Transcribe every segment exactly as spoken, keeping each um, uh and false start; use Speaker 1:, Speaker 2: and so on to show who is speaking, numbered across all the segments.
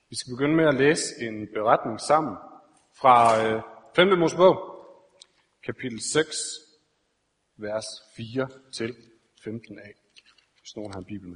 Speaker 1: Vi skal begynde med at læse en beretning sammen fra øh, femte Mosebog, kapitel seks, vers fire til femten a, hvis nogen har en bibel med.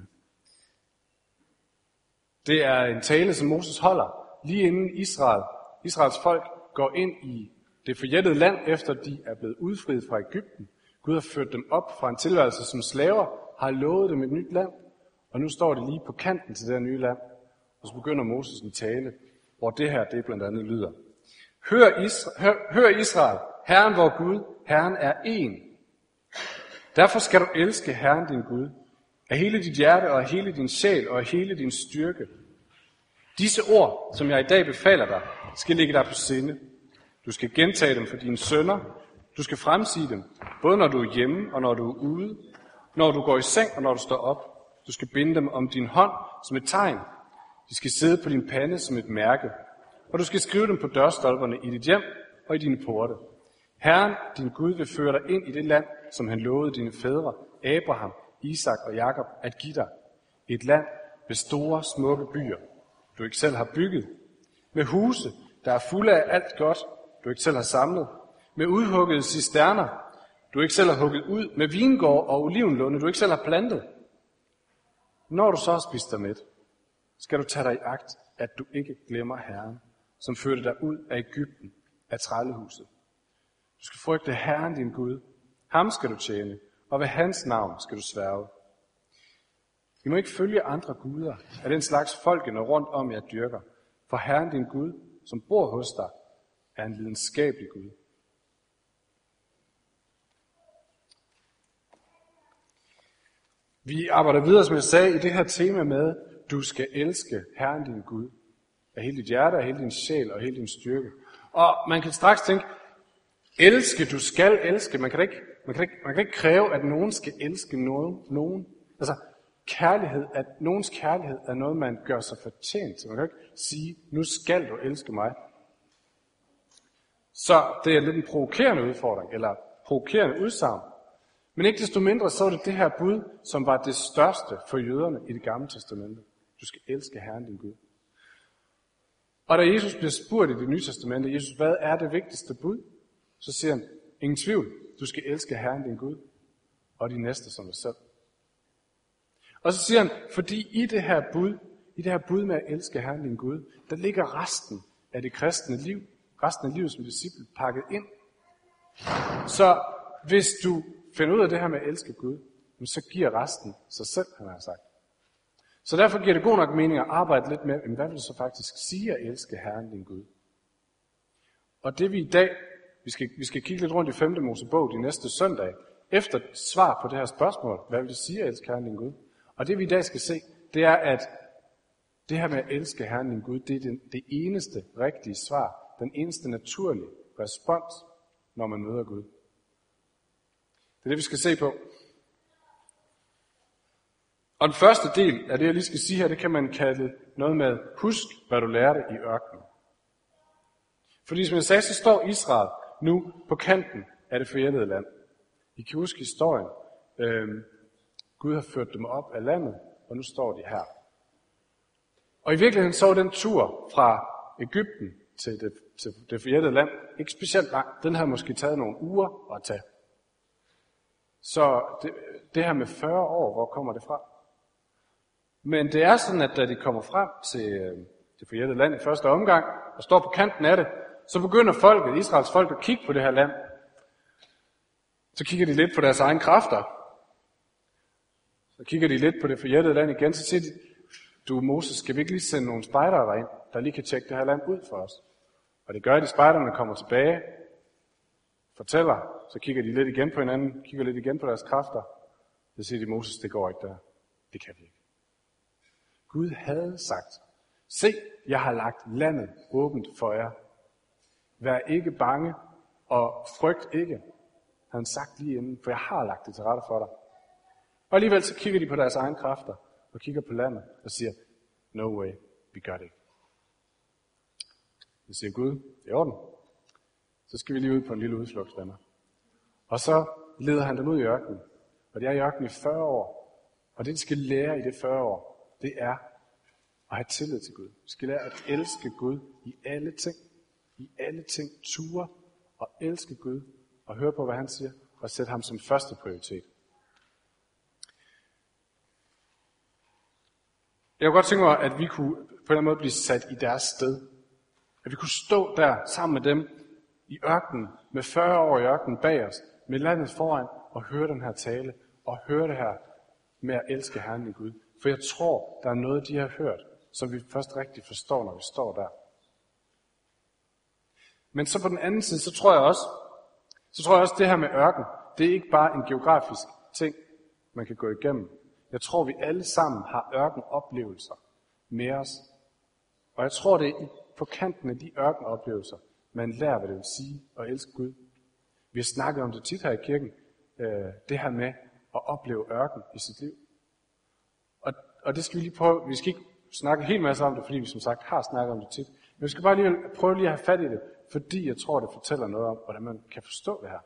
Speaker 1: Det er en tale, som Moses holder, lige inden Israel, Israels folk går ind i det forjættede land, efter de er blevet udfriet fra Egypten. Gud har ført dem op fra en tilværelse som slaver, har lovet dem et nyt land, og nu står det lige på kanten til det nye land. Og så begynder Moses en tale, hvor det her, det blandt andet lyder. Hør Israel, hør, hør Israel, Herren vor Gud, Herren er én. Derfor skal du elske Herren din Gud, af hele dit hjerte og af hele din sjæl og af hele din styrke. Disse ord, som jeg i dag befaler dig, skal ligge dig på sinde. Du skal gentage dem for dine sønner. Du skal fremsige dem, både når du er hjemme og når du er ude, når du går i seng og når du står op. Du skal binde dem om din hånd som et tegn. De skal sidde på din pande som et mærke, og du skal skrive dem på dørstolperne i dit hjem og i dine porte. Herren, din Gud, vil føre dig ind i det land, som han lovede dine fædre, Abraham, Isak og Jakob, at give dig. Et land med store, smukke byer, du ikke selv har bygget. Med huse, der er fulde af alt godt, du ikke selv har samlet. Med udhuggede cisterner, du ikke selv har hugget ud. Med vingård og olivenlunde, du ikke selv har plantet. Når du så har spist dig mæt, skal du tage dig i agt, at du ikke glemmer Herren, som førte dig ud af Egypten, af trællehuset. Du skal frygte Herren din Gud. Ham skal du tjene, og ved hans navn skal du sværge. I må ikke følge andre guder af den slags folkene rundt om jer dyrker, for Herren din Gud, som bor hos dig, er en lidenskabelig Gud. Vi arbejder videre, som jeg sagde, i det her tema med, du skal elske Herren din Gud af hele dit hjerte, af hele din sjæl og hele din styrke. Og man kan straks tænke, elske, du skal elske. Man kan ikke, man kan ikke, man kan ikke kræve, at nogen skal elske nogen. nogen. Altså, kærlighed, at nogens kærlighed er noget, man gør sig fortjent til. Man kan ikke sige, nu skal du elske mig. Så det er lidt en provokerende udfordring, eller provokerende udsagn. Men ikke desto mindre, så var det det her bud, som var det største for jøderne i det gamle testamente. Du skal elske Herren din Gud. Og da Jesus bliver spurgt i det nye testamente, Jesus, hvad er det vigtigste bud? Så siger han, ingen tvivl, du skal elske Herren din Gud, og de næste som dig selv. Og så siger han, fordi i det her bud, i det her bud med at elske Herren din Gud, der ligger resten af det kristne liv, resten af livet som disciple, pakket ind. Så hvis du finder ud af det her med at elske Gud, så giver resten sig selv, han har sagt. Så derfor giver det god nok mening at arbejde lidt med, hvad vil det så faktisk sige at elske Herren din Gud? Og det vi i dag, vi skal, vi skal kigge lidt rundt i femte Mosebog de næste søndag, efter svar på det her spørgsmål, hvad vil det sige at elske Herren din Gud? Og det vi i dag skal se, det er, at det her med at elske Herren din Gud, det er det, det eneste rigtige svar, den eneste naturlige respons, når man møder Gud. Det er det, vi skal se på. Og den første del af det, jeg lige skal sige her, det kan man kalde noget med, husk, hvad du lærte i ørkenen. Fordi som jeg sagde, så står Israel nu på kanten af det forjættede land. I kan huske historien. Øhm, Gud har ført dem op af landet, og nu står de her. Og i virkeligheden så var den tur fra Egypten til det, til det forjættede land ikke specielt lang. Den har måske taget nogle uger at tage. Så det, det her med fyrre år, hvor kommer det fra? Men det er sådan, at da de kommer frem til øh, det forjættede land i første omgang, og står på kanten af det, så begynder folket, Israels folk, at kigge på det her land. Så kigger de lidt på deres egne kræfter. Så kigger de lidt på det forjættede land igen, så siger de, du Moses, skal vi ikke lige sende nogle spejdere derind, der lige kan tjekke det her land ud for os? Og det gør de, spejderne kommer tilbage, fortæller, så kigger de lidt igen på hinanden, kigger lidt igen på deres kræfter. Så siger de, Moses, det går ikke der. Det kan vi ikke. Gud havde sagt, se, jeg har lagt landet åbent for jer. Vær ikke bange og frygt ikke, havde han sagt lige inden, for jeg har lagt det til rette for dig. Og alligevel så kigger de på deres egne kræfter og kigger på landet og siger, no way, vi gør det ikke. Så siger Gud, det er i orden. Så skal vi lige ud på en lille udflugt, venner. Og så leder han dem ud i ørkenen. Og de er i ørkenen i fyrre år. Og det, de skal lære i det fyrre år, det er at have tillid til Gud. Vi skal lære at elske Gud i alle ting. I alle ting ture og elske Gud og høre på, hvad han siger, og sætte ham som første prioritet. Jeg kunne godt tænke mig, at vi kunne på en eller anden måde blive sat i deres sted. At vi kunne stå der sammen med dem i ørkenen, med fyrre år i ørkenen bag os, med landet foran, og høre den her tale, og høre det her med at elske Herren i Gud. For jeg tror, der er noget, de har hørt, som vi først rigtig forstår, når vi står der. Men så på den anden side, så tror jeg også, så tror jeg også, det her med ørken, det er ikke bare en geografisk ting, man kan gå igennem. Jeg tror, vi alle sammen har ørkenoplevelser med os. Og jeg tror, det er på kanten af de ørkenoplevelser, man lærer, hvad det vil sige at elske Gud. Vi har snakket om det tit her i kirken, det her med at opleve ørken i sit liv. Og, og det skal vi lige prøve. Vi skal ikke snakke helt masse om det, fordi vi som sagt har snakket om det tit. Men vi skal bare lige prøve lige at have fat i det, fordi jeg tror, det fortæller noget om, hvordan man kan forstå det her.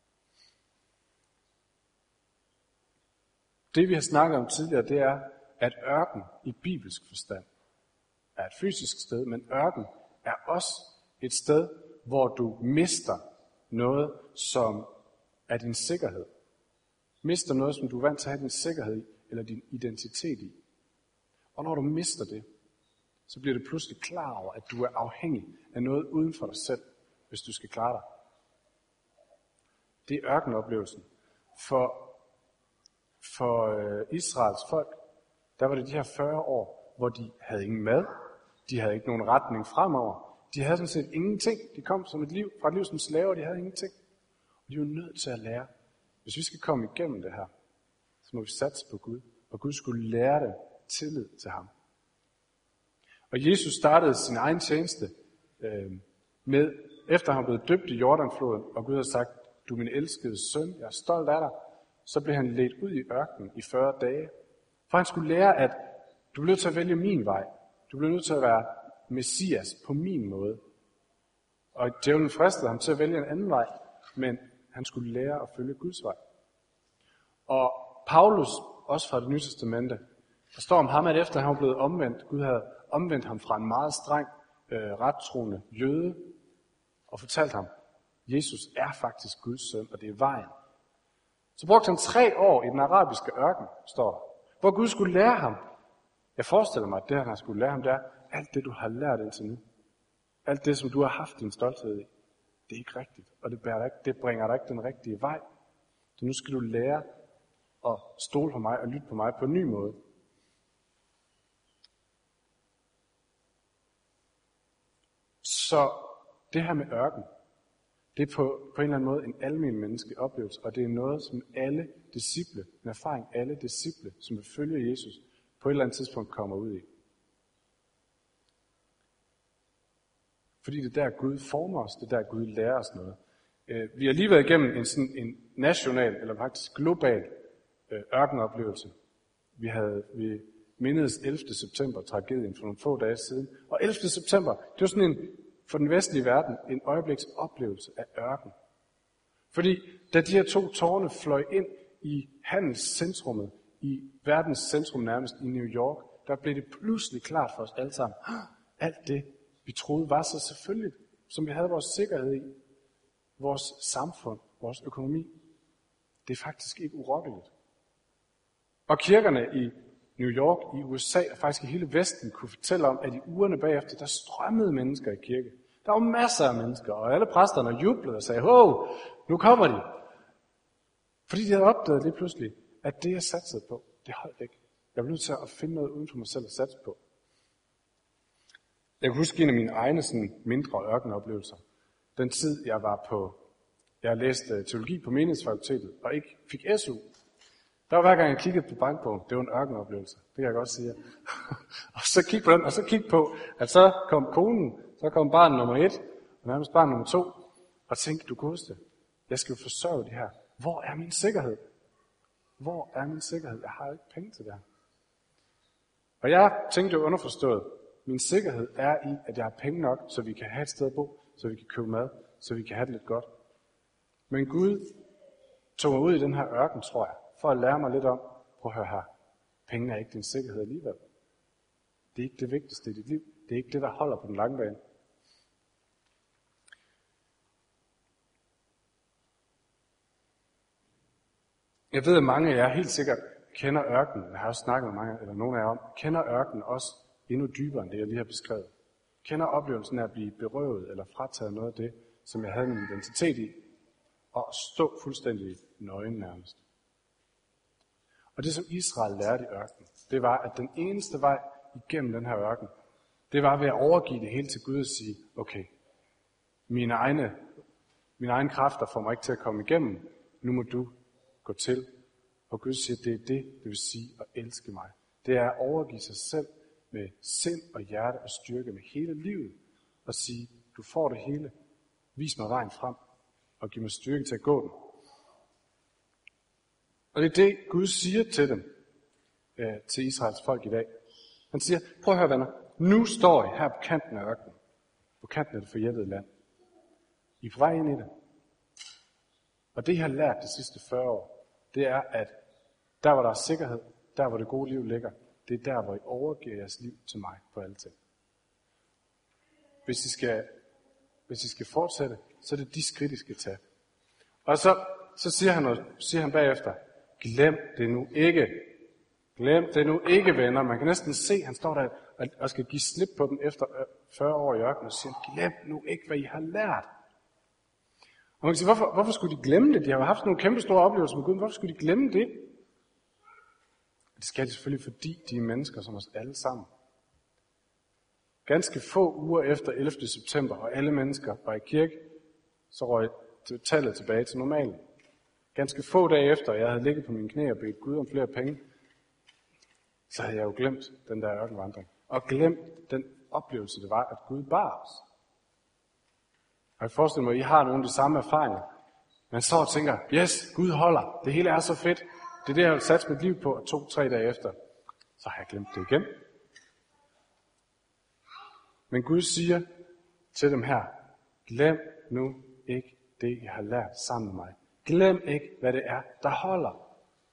Speaker 1: Det vi har snakket om tidligere, det er, at ørken i bibelsk forstand er et fysisk sted, men ørken er også et sted, hvor du mister noget, som er din sikkerhed. Mister noget, som du er vant til at have din sikkerhed i, eller din identitet i. Og når du mister det, så bliver du pludselig klar over, at du er afhængig af noget uden for dig selv, hvis du skal klare dig. Det er ørkenoplevelsen. For, for øh, Israels folk, der var det de her fyrre år, hvor de havde ingen mad, de havde ikke nogen retning fremover, de havde sådan set ingenting. De kom som et liv, fra et liv som slaver, de havde ingenting. Og de var nødt til at lære, hvis vi skal komme igennem det her, så må vi satse på Gud, og Gud skulle lære dem tillid til ham. Og Jesus startede sin egen tjeneste øh, med, efter han blev døbt i Jordanfloden, og Gud har sagt, du er min elskede søn, jeg er stolt af dig, så blev han ledt ud i ørkenen i fyrre dage. For han skulle lære, at du bliver nødt til at vælge min vej. Du bliver nødt til at være Messias på min måde. Og djævlen fristede ham til at vælge en anden vej, men han skulle lære at følge Guds vej. Og Paulus, også fra det nye testamente, der står om ham, at efter han var blevet omvendt, Gud havde omvendt ham fra en meget streng, øh, rettroende jøde, og fortalt ham, Jesus er faktisk Guds søn, og det er vejen. Så brugte han tre år i den arabiske ørken, står der, hvor Gud skulle lære ham. Jeg forestiller mig, at det, han skulle lære ham, det er, alt det, du har lært indtil nu, alt det, som du har haft din stolthed i, det er ikke rigtigt, og det, bærer dig ikke, det bringer dig ikke den rigtige vej. Så nu skal du lære at stole på mig og lytte på mig på en ny måde. Så det her med ørken, det er på, på en eller anden måde en almen menneskelig oplevelse, og det er noget, som alle disciple, en erfaring alle disciple, som vil følge Jesus, på et eller andet tidspunkt kommer ud i. Fordi det er der, Gud former os, det er der, Gud lærer os noget. Vi har lige været igennem en, sådan, en national, eller faktisk global ørkenoplevelse. Vi havde vi mindedes ellevte september tragedien for nogle få dage siden. Og ellevte september, det var sådan en, for den vestlige verden, en øjebliks oplevelse af ørken. Fordi da de her to tårne fløj ind i handelscentrummet, i verdens centrum nærmest i New York, der blev det pludselig klart for os alle sammen. Alt det, vi troede var så selvfølgeligt, som vi havde vores sikkerhed i, vores samfund, vores økonomi, det er faktisk ikke urokkeligt. Og kirkerne i New York, i U S A og faktisk i hele Vesten kunne fortælle om, at i ugerne bagefter, der strømmede mennesker i kirke. Der var masser af mennesker, og alle præsterne jublede og sagde, hov, nu kommer de. Fordi de havde opdaget lige pludselig, at det jeg satsede på, det holdt ikke. Jeg blev nødt til at finde noget uden for mig selv at satse på. Jeg kan huske en af mine egne sådan, mindre ørkenoplevelser. Den tid, jeg var på, jeg læste teologi på menighedsfakultetet, og ikke fik S U. Der var hver gang jeg kiggede på bankbogen, det var en ørkenoplevelse. Det kan jeg godt sige. og så kigge på den, og så kigge på, at så kom konen, så kom barn nummer et, og nærmest barn nummer to, og tænkte, du godeste, jeg skal jo forsørge det her. Hvor er min sikkerhed? Hvor er min sikkerhed? Jeg har jo ikke penge til det her. Og jeg tænkte jo underforstået, min sikkerhed er i, at jeg har penge nok, så vi kan have et sted at bo, så vi kan købe mad, så vi kan have det lidt godt. Men Gud tog mig ud i den her ørken, tror jeg, for at lære mig lidt om, prøv at høre her, pengene er ikke din sikkerhed alligevel. Det er ikke det vigtigste i dit liv. Det er ikke det, der holder på den lange bane. Jeg ved, at mange af jer helt sikkert kender ørkenen. Jeg har også snakket med mange, eller nogle af jer om, kender ørkenen også endnu dybere end det, jeg lige har beskrevet. Kender oplevelsen af at blive berøvet eller frataget noget af det, som jeg havde min identitet i, og stå fuldstændig nøgen nærmest. Og det, som Israel lærte i ørkenen, det var, at den eneste vej igennem den her ørken, det var ved at overgive det hele til Gud og sige, okay, mine egne, mine egne kræfter får mig ikke til at komme igennem, nu må du gå til. Og Gud siger, det er det, det vil sige at elske mig. Det er at overgive sig selv med sind og hjerte og styrke med hele livet, og sige, du får det hele, vis mig vejen frem, og giv mig styrke til at gå den. Og det er det, Gud siger til dem, øh, til Israels folk i dag. Han siger, prøv at høre venner, nu står I her på kanten af ørkenen, på kanten af det forjættede land. I er på vej ind i det. Og det, I har lært de sidste fyrre år, det er, at der, hvor der er sikkerhed, der, hvor det gode liv ligger, det er der, hvor I overgiver jeres liv til mig på alle ting. Hvis I skal, hvis I skal fortsætte, så er det de skridt, I skal tage. Og så, så siger, han noget, siger han bagefter, glem det nu ikke. Glem det nu ikke, venner. Man kan næsten se, at han står der og skal give slip på den efter fyrre år i ørkenen, og siger, glem nu ikke, hvad I har lært. Og man kan sige, hvorfor, hvorfor skulle de glemme det? De har jo haft nogle kæmpe store oplevelser med Gud, men hvorfor skulle de glemme det? Det skal de selvfølgelig, fordi de er mennesker som os alle sammen. Ganske få uger efter ellevte september, og alle mennesker var i kirke, så røg tallet tilbage til normalen. Ganske få dage efter, jeg havde ligget på mine knæ og bedt Gud om flere penge, så havde jeg jo glemt den der ørkenvandring. Og glemt den oplevelse, det var, at Gud bar os. Og jeg forestiller mig, at I har nogle af de samme erfaringer. Man står og tænker, yes, Gud holder. Det hele er så fedt. Det er det, jeg har sat mit liv på, og to-tre dage efter, så har jeg glemt det igen. Men Gud siger til dem her, glem nu ikke det, jeg har lært sammen med mig. Glem ikke, hvad det er, der holder.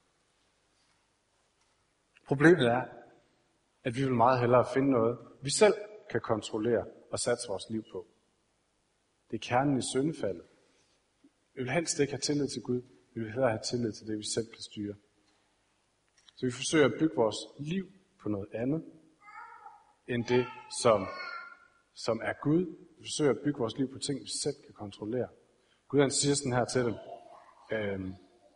Speaker 1: Problemet er, at vi vil meget hellere finde noget, vi selv kan kontrollere og satse vores liv på. Det er kernen i syndefaldet. Vi vil helst ikke have tillid til Gud. Vi vil hellere have tillid til det, vi selv kan styre. Så vi forsøger at bygge vores liv på noget andet, end det, som, som er Gud. Vi forsøger at bygge vores liv på ting, vi selv kan kontrollere. Gud han siger sådan her til dem. Øhm,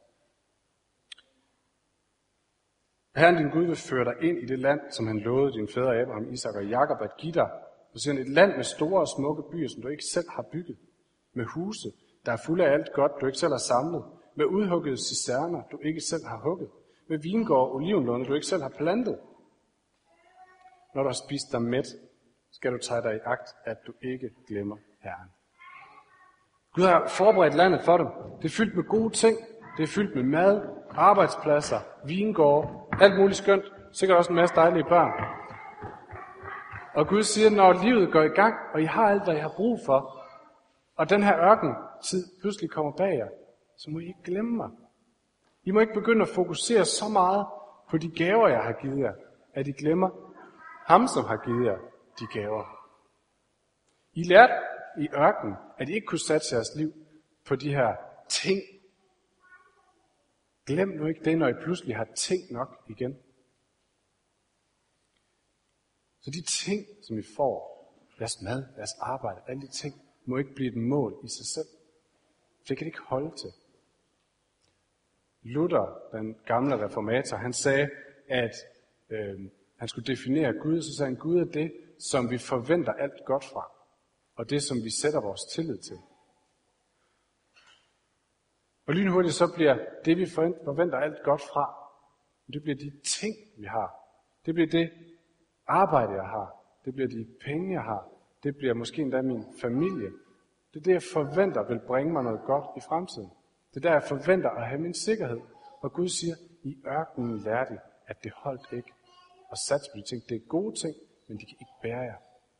Speaker 1: Herren din Gud vil føre dig ind i det land, som han lovede din fædre Abraham, Isak og Jakob at give dig. Og siger han, et land med store og smukke byer, som du ikke selv har bygget. Med huse, der er fulde af alt godt, du ikke selv har samlet. Med udhuggede cisterner, du ikke selv har hugget. Med vingård og olivenlunde, du ikke selv har plantet. Når du har spist dig mæt, skal du tage dig i agt, at du ikke glemmer Herren. Gud har forberedt landet for dem. Det er fyldt med gode ting. Det er fyldt med mad, arbejdspladser, vingård, alt muligt skønt. Sikkert også en masse dejlige børn. Og Gud siger, når livet går i gang, og I har alt, hvad I har brug for, og den her ørkentid pludselig kommer bag jer, så må I ikke glemme mig. I må ikke begynde at fokusere så meget på de gaver, jeg har givet jer, at I glemmer ham, som har givet jer de gaver. I lærte i ørkenen, at I ikke kunne satse jeres liv på de her ting. Glem nu ikke det, når I pludselig har ting nok igen. Så de ting, som I får, jeres mad, jeres arbejde, alle de ting, må ikke blive et mål i sig selv. Det kan det ikke holde til. Luther, den gamle reformator, han sagde, at øh, han skulle definere Gud, så sagde han, Gud er det, som vi forventer alt godt fra, og det, som vi sætter vores tillid til. Og lynhurtigt så bliver det, vi forventer alt godt fra, det bliver de ting, vi har. Det bliver det arbejde, jeg har. Det bliver de penge, jeg har. Det bliver måske endda min familie. Det er det, jeg forventer vil bringe mig noget godt i fremtiden. Det er der, jeg forventer at have min sikkerhed. Og Gud siger, i ørkenen lærte I, at det holdt ikke. Og sats på de ting. Det er gode ting, men de kan ikke bære jer.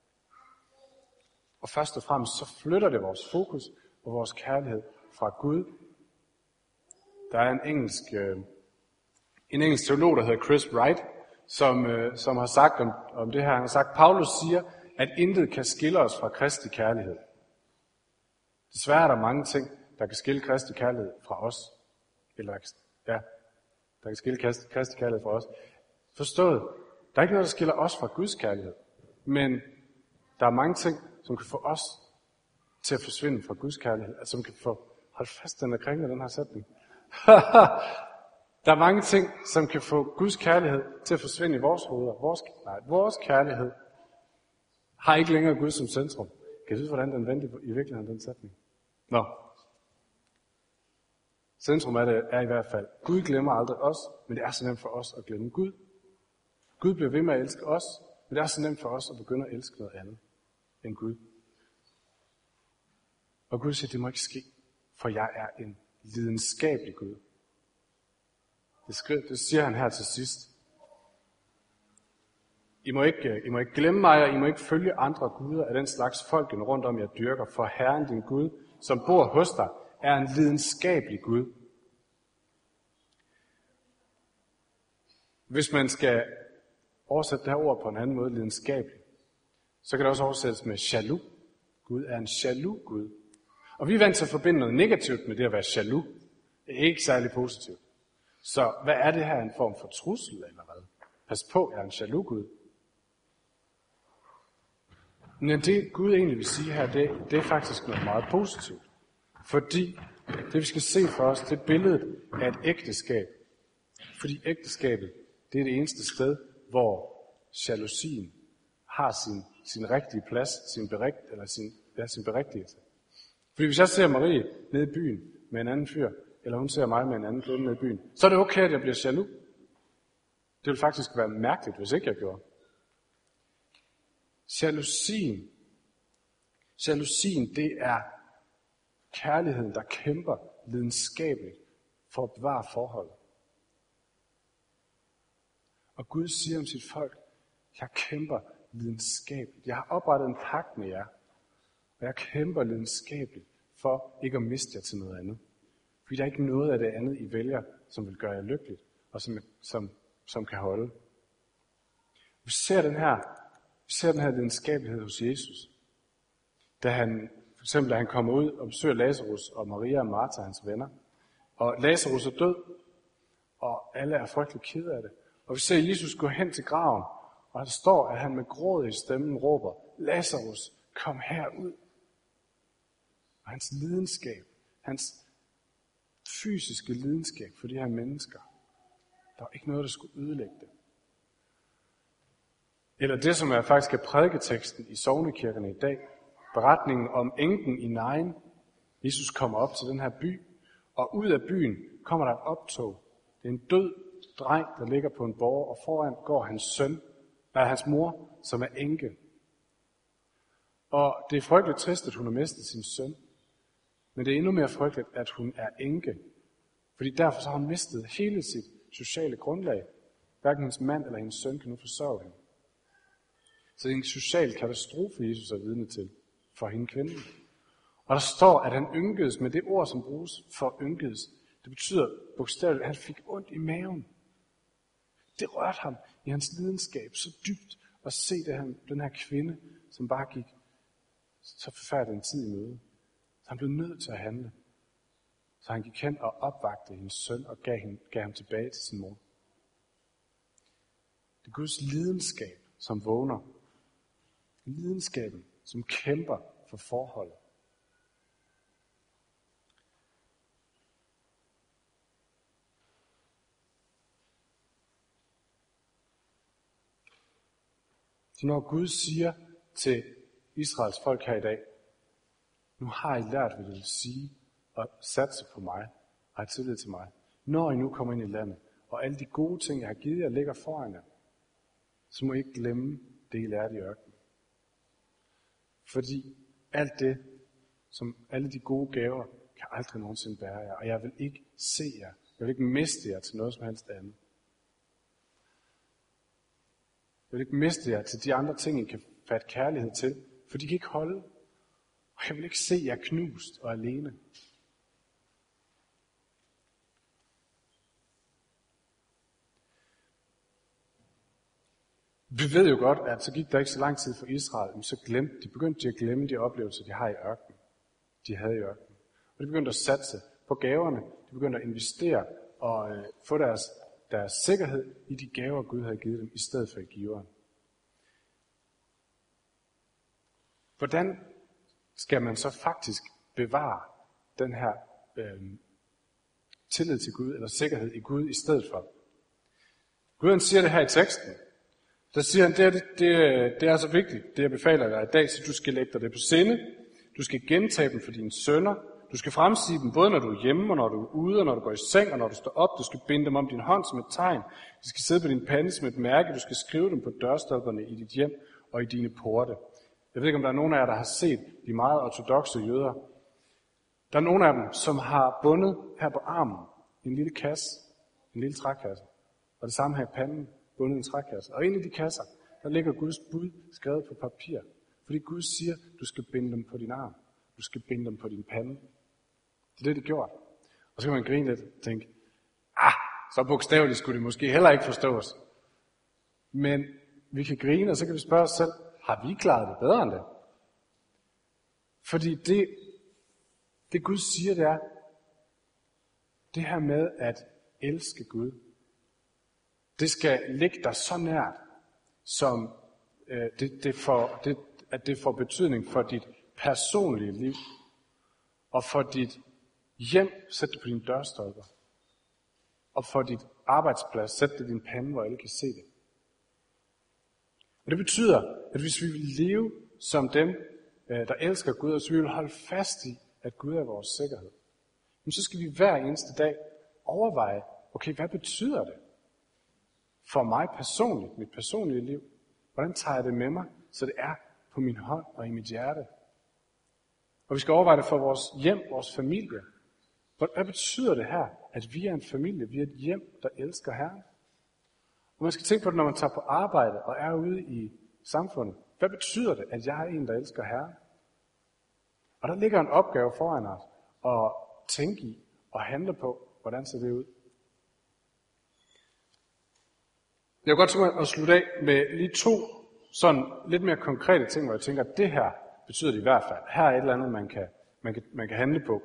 Speaker 1: Og først og fremmest, så flytter det vores fokus og vores kærlighed fra Gud. Der er en engelsk, øh, en engelsk teolog, der hedder Chris Wright, som, øh, som har sagt om, om det her. Han har sagt, Paulus siger, at intet kan skille os fra Kristi kærlighed. Desværre er der mange ting, der kan skille Kristi kærlighed fra os. Eller, ja, der kan skille Kristi kærlighed fra os. Forstået, der er ikke noget, der skiller os fra Guds kærlighed. Men der er mange ting, som kan få os til at forsvinde fra Guds kærlighed. Altså, som kan få, hold fast, den er kringlet, den her sætning. Der er mange ting, som kan få Guds kærlighed til at forsvinde i vores hoveder. Vores, nej, vores kærlighed har ikke længere Gud som centrum. Kan du vide, hvordan den vendte i virkeligheden, den sætning? Nå. Centrum af det er i hvert fald, Gud glemmer aldrig os, men det er så nemt for os at glemme Gud. Gud bliver ved med at elske os, men det er så nemt for os at begynde at elske noget andet end Gud. Og Gud siger, det må ikke ske, for jeg er en lidenskabelig Gud. Det, skriver, det siger han her til sidst. I må, ikke, I må ikke glemme mig, og I må ikke følge andre guder af den slags folkene rundt om jer dyrker, for Herren din Gud, som bor hos dig, er en lidenskabelig Gud. Hvis man skal oversætte det her ord på en anden måde, lidenskabelig, så kan det også oversættes med jaloux. Gud er en jaloux Gud. Og vi er vant til at forbinde noget negativt med det at være jaloux. Det er ikke særlig positivt. Så hvad er det her, en form for trussel eller hvad? Pas på, jeg er en jaloux Gud. Men det Gud egentlig vil sige her, det, det er faktisk noget meget positivt. Fordi det vi skal se for os, det er billedet af et ægteskab. Fordi ægteskabet, det er det eneste sted, hvor jalousien har sin, sin rigtige plads, sin, berigt, eller sin, ja, sin berigtigelse. Fordi hvis jeg ser Marie nede i byen med en anden fyr, eller hun ser mig med en anden kvinde nede i byen, så er det okay, at jeg bliver jaloux. Det ville faktisk være mærkeligt, hvis ikke jeg gjorde. Jalousien, jalousien, det er kærligheden, der kæmper lidenskabeligt for at bevare forholdet. Og Gud siger om sit folk, jeg kæmper lidenskabeligt. Jeg har oprettet en pagt med jer, og jeg kæmper lidenskabeligt for ikke at miste jer til noget andet. Fordi der er ikke noget af det andet, I vælger, som vil gøre jer lykkeligt, og som, som, som kan holde. Vi ser den her, vi ser den her lidenskabelighed hos Jesus. Da han, for eksempel, da han kommer ud og besøger Lazarus og Maria og Martha, hans venner. Og Lazarus er død, og alle er frygtelig kede af det. Og vi ser Jesus gå hen til graven, og der står, at han med gråd i stemmen råber, Lazarus, kom herud. Og hans lidenskab, hans fysiske lidenskab for de her mennesker, der var ikke noget, der skulle ødelægge det. Eller det, som er faktisk er prædiketeksten i sognekirkerne i dag, beretningen om enken i Nain. Jesus kommer op til den her by, og ud af byen kommer der et optog. Det er en død dreng, der ligger på en borg, og foran går hans søn, nej, hans mor, som er enke. Og det er frygteligt trist, at hun har mistet sin søn. Men det er endnu mere frygteligt, at hun er enke. Fordi derfor så har hun mistet hele sit sociale grundlag. Hverken hendes mand eller hendes søn kan nu forsørge hende. Så det er en social katastrofe, Jesus er vidne til for hende kvinde. Og der står, at han ynkedes med det ord, som bruges for ynkedes. Det betyder bogstaveligt, at han fik ondt i maven. Det rørte ham i hans lidenskab så dybt at se det her, den her kvinde, som bare gik så forfærdelig en tid i møde. Så han blev nødt til at handle. Så han gik hen og opvagtede hendes søn og gav, hende, gav ham tilbage til sin mor. Det er Guds lidenskab, som vågner. Lidenskaben, som kæmper for forholdet. Så når Gud siger til Israels folk her i dag, nu har I lært, hvad det vil sige, at satse på mig, og have tillid til mig. Når I nu kommer ind i landet, og alle de gode ting, jeg har givet jer, ligger foran jer, så må I ikke glemme det, I lærte i ørkenen. Fordi alt det, som alle de gode gaver, kan aldrig nogensinde bære jer, og jeg vil ikke se jer, jeg vil ikke miste jer til noget som helst andet. Jeg vil ikke miste jer til de andre ting, I kan fatte kærlighed til, for de kan ikke holde. Og jeg vil ikke se jer knust og alene. Vi ved jo godt, at så gik der ikke så lang tid for Israel, men så glemte de, begyndte de at glemme de oplevelser, de har i ørkenen. De havde i ørkenen. Og de begyndte at satse på gaverne. De begyndte at investere og øh, få deres, deres sikkerhed i de gaver, Gud havde givet dem, i stedet for i giveren. Hvordan skal man så faktisk bevare den her øh, tillid til Gud, eller sikkerhed i Gud i stedet for? Gud han siger det her i teksten. Der siger han, det er, det, det er så vigtigt, det jeg befaler dig i dag, så du skal lægge dig det på sinde. Du skal gentage dem for dine sønner. Du skal fremsige dem både når du er hjemme, og når du er ude, og når du går i seng, og når du står op. Du skal binde dem om din hånd som et tegn. De skal sidde på din pande som et mærke. Du skal skrive dem på dørstolperne i dit hjem og i dine porte. Jeg ved ikke, om der er nogen af jer, der har set de meget ortodokse jøder. Der er nogle af dem, som har bundet her på armen en lille kasse, en lille trækasse. Og det samme her i panden, bundet en trækasse. Og inde i de kasser, der ligger Guds bud skrevet på papir. Fordi Gud siger, du skal binde dem på din arm. Du skal binde dem på din pande. Det er det, det gjort. Og så kan man grine lidt og tænke, ah, så bogstaveligt skulle det måske heller ikke forstås. Men vi kan grine, og så kan vi spørge os selv, har vi klaret det bedre end det? Fordi det, det Gud siger, det er, det her med at elske Gud, det skal ligge dig så nært, som øh, det, det får, det, at det får betydning for dit personlige liv, og for dit hjem, sæt det på dine dørstolper, og for dit arbejdsplads, sæt det i din pande, hvor alle kan se det. Og det betyder, at hvis vi vil leve som dem, der elsker Gud, og hvis vi vil holde fast i, at Gud er vores sikkerhed, så skal vi hver eneste dag overveje, okay, hvad betyder det for mig personligt, mit personlige liv? Hvordan tager jeg det med mig, så det er på min hånd og i mit hjerte? Og vi skal overveje det for vores hjem, vores familie. Hvad betyder det her, at vi er en familie, vi er et hjem, der elsker Herren? Og man skal tænke på det, når man tager på arbejde og er ude i samfundet. Hvad betyder det, at jeg er en, der elsker Herren? Og der ligger en opgave foran os at tænke i og handle på, hvordan ser det ud. Jeg vil godt tænke mig at slutte af med lige to sådan lidt mere konkrete ting, hvor jeg tænker, at det her betyder det i hvert fald. Her er et eller andet, man kan, man kan, man kan handle på.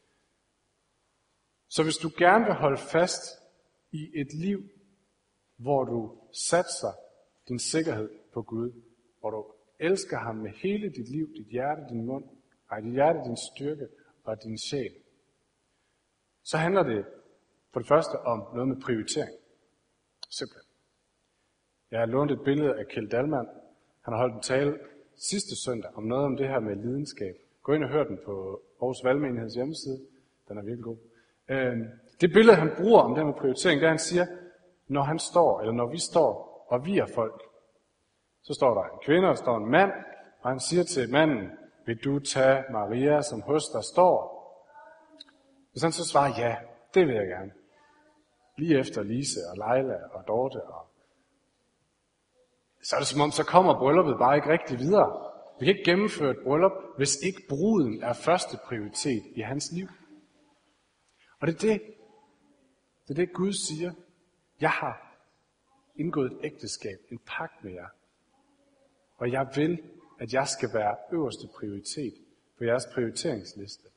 Speaker 1: Så hvis du gerne vil holde fast i et liv, hvor du satser din sikkerhed på Gud, hvor du elsker ham med hele dit liv, dit hjerte, din mund, nej, dit hjerte, din styrke og din sjæl, så handler det for det første om noget med prioritering. Simpelthen. Jeg har lånt et billede af Kjeld Dalman. Han har holdt en tale sidste søndag om noget om det her med lidenskab. Gå ind og hør den på Aarhus Valgmenigheds hjemmeside. Den er virkelig god. Det billede, han bruger om det her med prioritering, det er, han siger, når han står, eller når vi står og vi er folk, så står der en kvinde, og der står en mand, og han siger til manden, vil du tage Maria, som hos der står? Hvis han så svarer, ja, det vil jeg gerne. Lige efter Lise og Leila og Dorte, og så er det som om, så kommer brylluppet bare ikke rigtig videre. Vi kan ikke gennemføre et bryllup, hvis ikke bruden er første prioritet i hans liv. Og det er det, det er det Gud siger. Jeg har indgået et ægteskab, en pagt med jer. Og jeg vil, at jeg skal være øverste prioritet på jeres prioriteringsliste.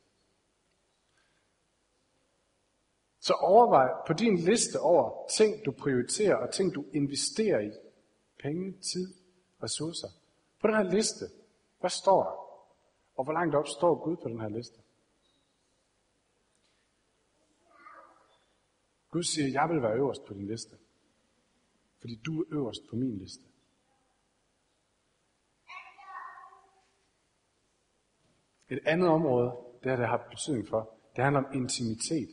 Speaker 1: Så overvej på din liste over ting, du prioriterer og ting, du investerer i. Penge, tid, ressourcer. På den her liste, hvad står der? Og hvor langt op står Gud på den her liste? Gud siger, jeg vil være øverst på din liste. Fordi du er øverst på min liste. Et andet område, det her, det har betydning for, det handler om intimitet.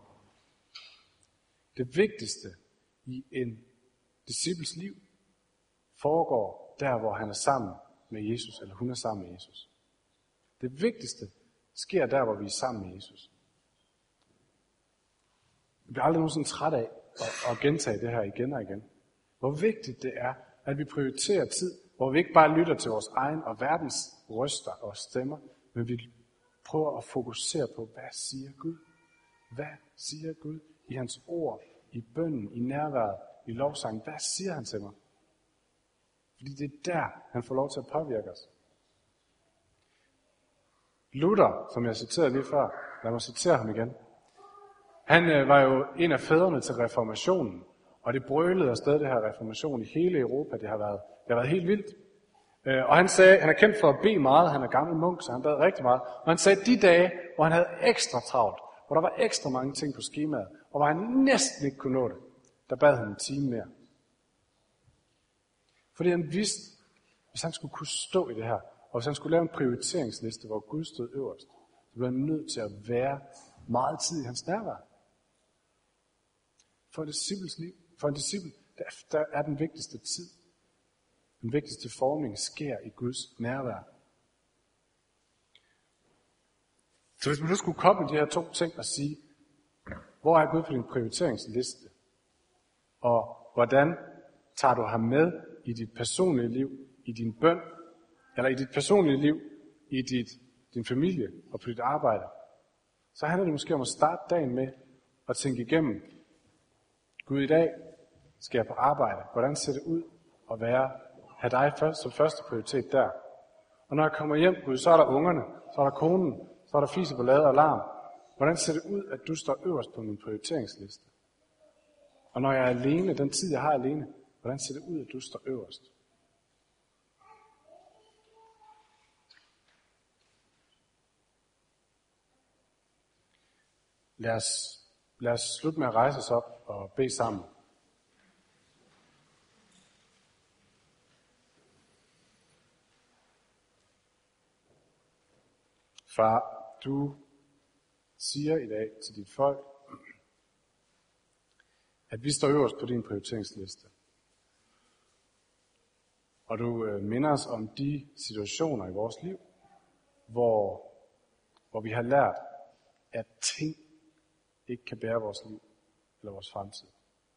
Speaker 1: Det vigtigste i en disciples liv foregår der, hvor han er sammen med Jesus, eller hun er sammen med Jesus. Det vigtigste sker der, hvor vi er sammen med Jesus. Vi bliver aldrig nogensinde træt af at, at gentage det her igen og igen. Hvor vigtigt det er, at vi prioriterer tid, hvor vi ikke bare lytter til vores egen og verdens røster og stemmer, men vi prøver at fokusere på, hvad siger Gud? Hvad siger Gud i hans ord, i bønnen, i nærværet, i lovsangen? Hvad siger han til mig? Fordi det er der, han får lov til at påvirke os. Luther, som jeg citerede lige før, lad mig citere ham igen. Han øh, var jo en af fædrene til reformationen, og det brølede afsted, det her reformation i hele Europa. Det har været, det har været helt vildt. Øh, og han sagde, han er kendt for at bede meget, han er gammel munk, så han bad rigtig meget. Og han sagde, de dage, hvor han havde ekstra travlt, hvor der var ekstra mange ting på skemaet, og hvor han næsten ikke kunne nå det, der bad han en time mere. Fordi han vidste, hvis han skulle kunne stå i det her, og hvis han skulle lave en prioriteringsliste, hvor Gud stod øverst, så blev han nødt til at være meget tid i hans nærvær. For en disciples liv, for en disciple, der, der er den vigtigste tid. Den vigtigste formning sker i Guds nærvær. Så hvis man nu skulle koble de her to ting og sige, hvor er Gud på din prioriteringsliste? Og hvordan tager du ham med i dit personlige liv, i din bøn, eller i dit personlige liv, i dit, din familie og på dit arbejde? Så handler det måske om at starte dagen med at tænke igennem, Gud, i dag skal jeg på arbejde. Hvordan ser det ud at være, have dig først, som første prioritet der? Og når jeg kommer hjem, Gud, så er der ungerne, så er der konen, så er der fise på lade og larm. Hvordan ser det ud, at du står øverst på min prioriteringsliste? Og når jeg er alene, den tid jeg har alene, hvordan ser det ud, at du står øverst? Lad os, lad os slutte med at rejse os op og bede sammen. Far, du siger i dag til dit folk, at vi står øverst på din prioriteringsliste. Og du øh, minder os om de situationer i vores liv, hvor, hvor vi har lært, at ting ikke kan bære vores liv eller vores fremtid.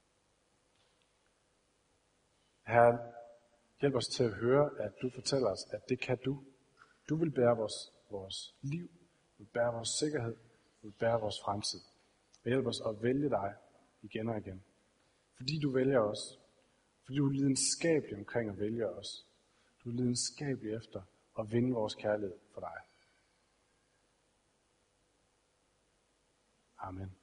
Speaker 1: Herre, hjælp os til at høre, at du fortæller os, at det kan du. Du vil bære vores, vores liv, du vil bære vores sikkerhed, du vil bære vores fremtid. Og hjælp os at vælge dig igen og igen. Fordi du vælger os. Fordi du er lidenskabelig omkring at vælge os. Du er lidenskabelig efter at vinde vores kærlighed for dig. Amen.